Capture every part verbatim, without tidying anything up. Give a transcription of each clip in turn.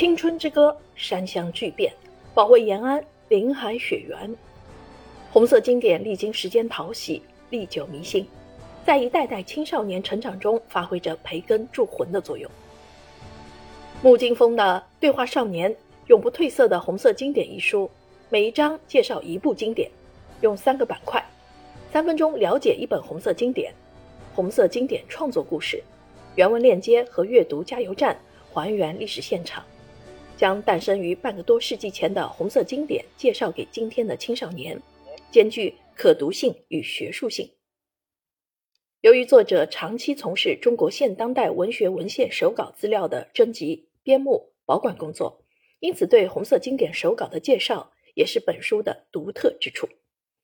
青春之歌，山乡巨变，保卫延安，林海雪原。红色经典历经时间淘洗，历久弥新，在一代代青少年成长中发挥着培根铸魂的作用。穆金峰的《对话少年：永不褪色的红色经典》一书，每一章介绍一部经典，用三个板块，三分钟了解一本红色经典，红色经典创作故事，原文链接和阅读加油站，还原历史现场，将诞生于半个多世纪前的红色经典介绍给今天的青少年，兼具可读性与学术性。由于作者长期从事中国现当代文学文献手稿资料的征集、编目、保管工作，因此对红色经典手稿的介绍也是本书的独特之处。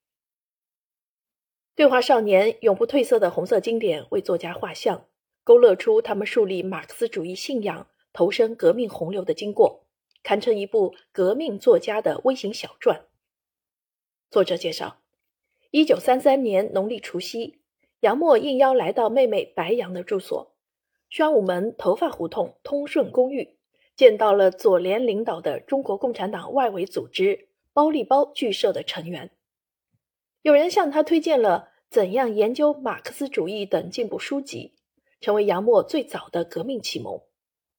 对话少年永不褪色的红色经典为作家画像，勾勒出他们树立马克思主义信仰、投身革命洪流的经过，堪称一部革命作家的微型小传。作者介绍，一九三三年农历除夕，杨默应邀来到妹妹白杨的住所，宣武门头发胡同通顺公寓，见到了左联领导的中国共产党外围组织包立包剧社的成员。有人向他推荐了《怎样研究马克思主义》等进步书籍，成为杨默最早的革命启蒙。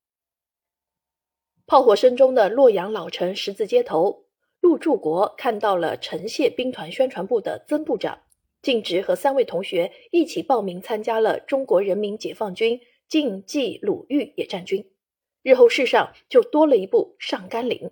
炮火声中的洛阳老城十字街头，陆柱国看到了城械兵团宣传部的曾部长，径直和三位同学一起报名参加了中国人民解放军晋冀鲁豫野战军，日后世上就多了一部上甘岭。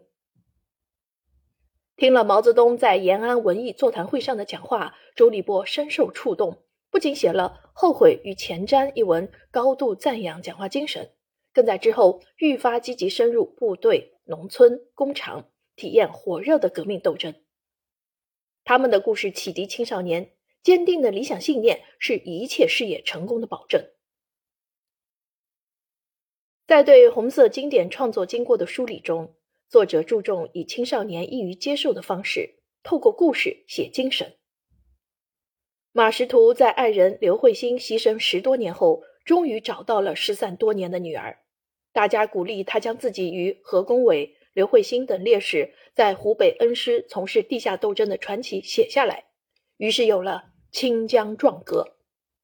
听了毛泽东在延安文艺座谈会上的讲话，周立波深受触动，不仅写了《后悔与前瞻》一文，高度赞扬讲话精神，更在之后愈发积极深入部队、农村、工厂，体验火热的革命斗争。他们的故事启迪青少年，坚定的理想信念是一切事业成功的保证。在对红色经典创作经过的梳理中，作者注重以青少年易于接受的方式，透过故事写精神。马识途在爱人刘慧欣牺牲十多年后，终于找到了失散多年的女儿。大家鼓励他将自己与何公伟、刘慧欣等烈士在湖北恩施从事地下斗争的传奇写下来，于是有了《清江壮歌》。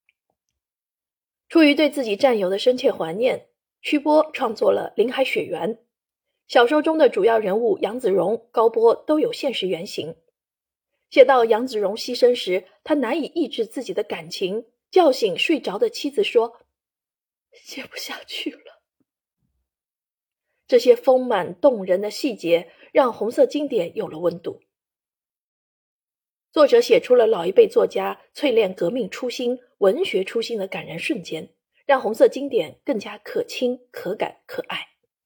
出于对自己战友的深切怀念，曲波创作了《林海雪原》。小说中的主要人物杨子荣、高波都有现实原型。写到杨子荣牺牲时，他难以抑制自己的感情，叫醒睡着的妻子说：“写不下去了。”这些丰满动人的细节让红色经典有了温度。作者写出了老一辈作家淬炼革命初心、文学初心的感人瞬间，让红色经典更加可亲、可感、可爱。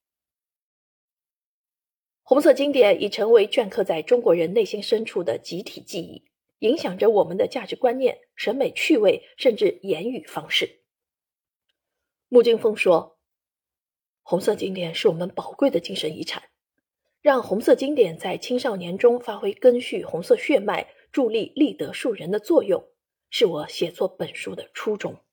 红色经典已成为镌刻在中国人内心深处的集体记忆，影响着我们的价值观念、审美趣味，甚至言语方式。穆金峰说，红色经典是我们宝贵的精神遗产，让红色经典在青少年中发挥根续红色血脉、助力立德树人的作用，是我写作本书的初衷。